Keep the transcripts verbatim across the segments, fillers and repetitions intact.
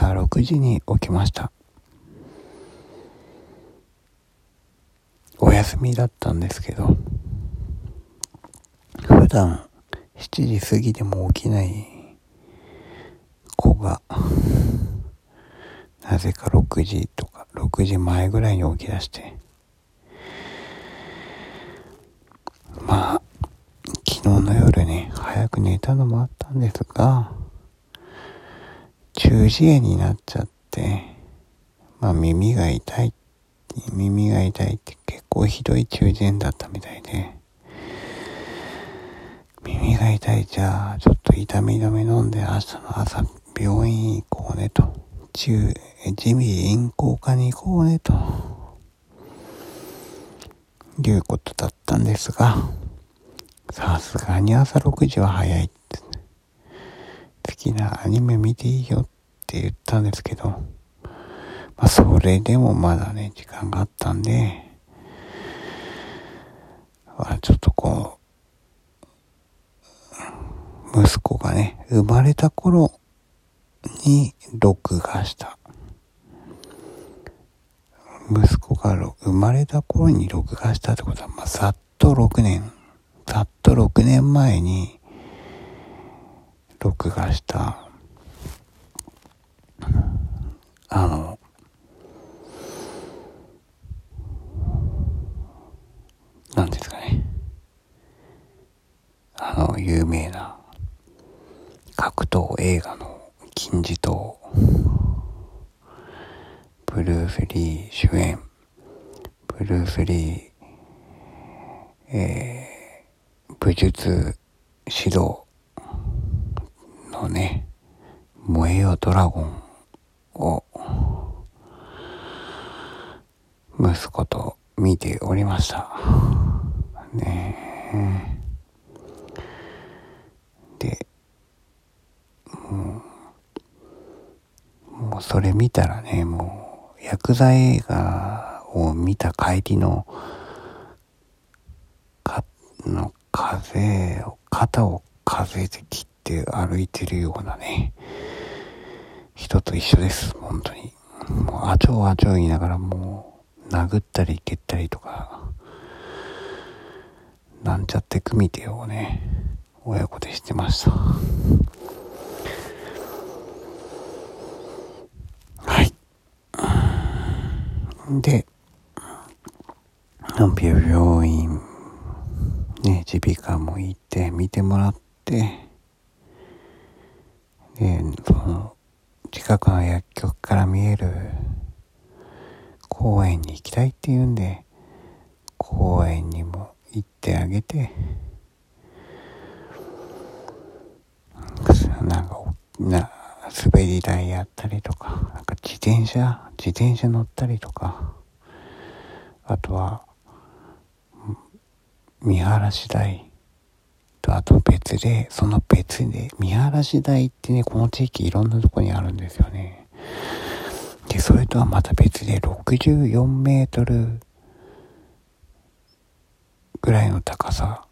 朝ろくじに起きました。お休みだったんですけど、普段しちじ過ぎでも起きない子がなぜかろくじとかろくじまえぐらいに起き出して、まあ昨日の夜ね早く寝たのもあったんですが、中耳炎になっちゃって、まあ耳が痛い耳が痛いって結構ひどい中耳炎だったみたいで、耳が痛いじゃあちょっと痛み止め飲んで明日の朝病院行こうねと、中耳咽喉科に行こうねということだったんですが、さすがに朝ろくじは早いって、好きなアニメ見ていいよって言ったんですけど、まあ、それでもまだね時間があったんで、あちょっとこう息子がね生まれた頃に録画した、息子が生まれた頃に録画したってことは、まあ、ざっとろくねんざっとろくねんまえに録画したあのなんですかね、あの有名な格闘映画の金字塔、ブルース・リー主演、ブルース・リー、えー、武術指導のね燃えよドラゴンを息子と見ておりましたね。でもう、もうそれ見たらね、もうヤクザ映画を見た帰りのかの風を肩を風で切って歩いてるようなね人と一緒です。本当にもうあちょうあちょう言いながらもう殴ったり蹴ったりとかなんちゃって組手をね親子でしてました。はい。で病院ね耳鼻科も行って見てもらって、でその近くの薬局から見える公園に行きたいって言うんで公園にも行ってあげて、なんかな滑り台やったりとか、なんか自転車自転車乗ったりとか、あとは見晴らし台と、あと別でその別で見晴らし台ってねこの地域いろんなとこにあるんですよね。でそれとはまた別でろくじゅうよんメートルぐらいの高さ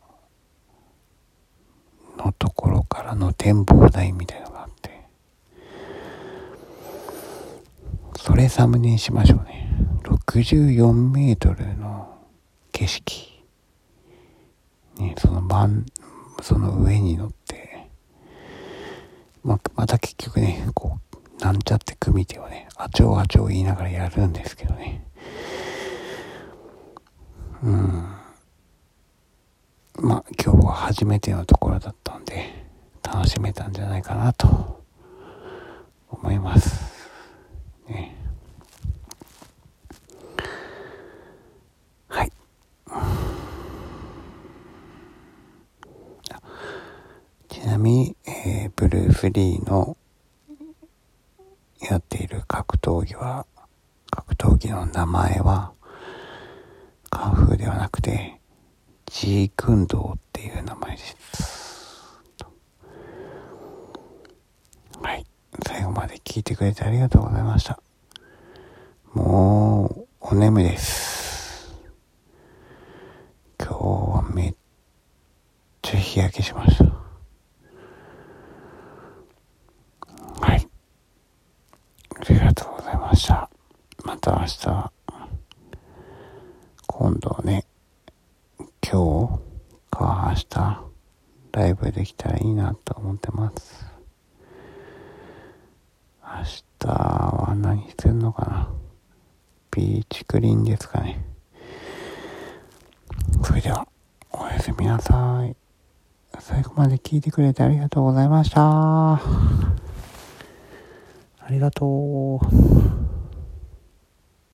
のところからの展望台みたいなのがあって、それサムネにしましょうね。ろくじゅうよんメートルの景色、ね、その真その上に乗って、ま、また結局ねこうなんちゃって組手をねあちょうあちょう言いながらやるんですけどね、うんまあ今日は初めてのところだったんで楽しめたんじゃないかなと思いますね。はい。ちなみに、えー、ブルース・リーのやっている格闘技は格闘技の名前はカンフーではなくてジークンドーっていう名前です。はい、最後まで聞いてくれてありがとうございました。もうお眠です。今日はめっちゃ日焼けしました。はい、 た明日、今度ね、今日か明日、ライブできたらいいなと思ってます。明日は何するのかな。ビーチクリーンですかね。それでは、おやすみなさい。最後まで聞いてくれてありがとうございました。ありがとう。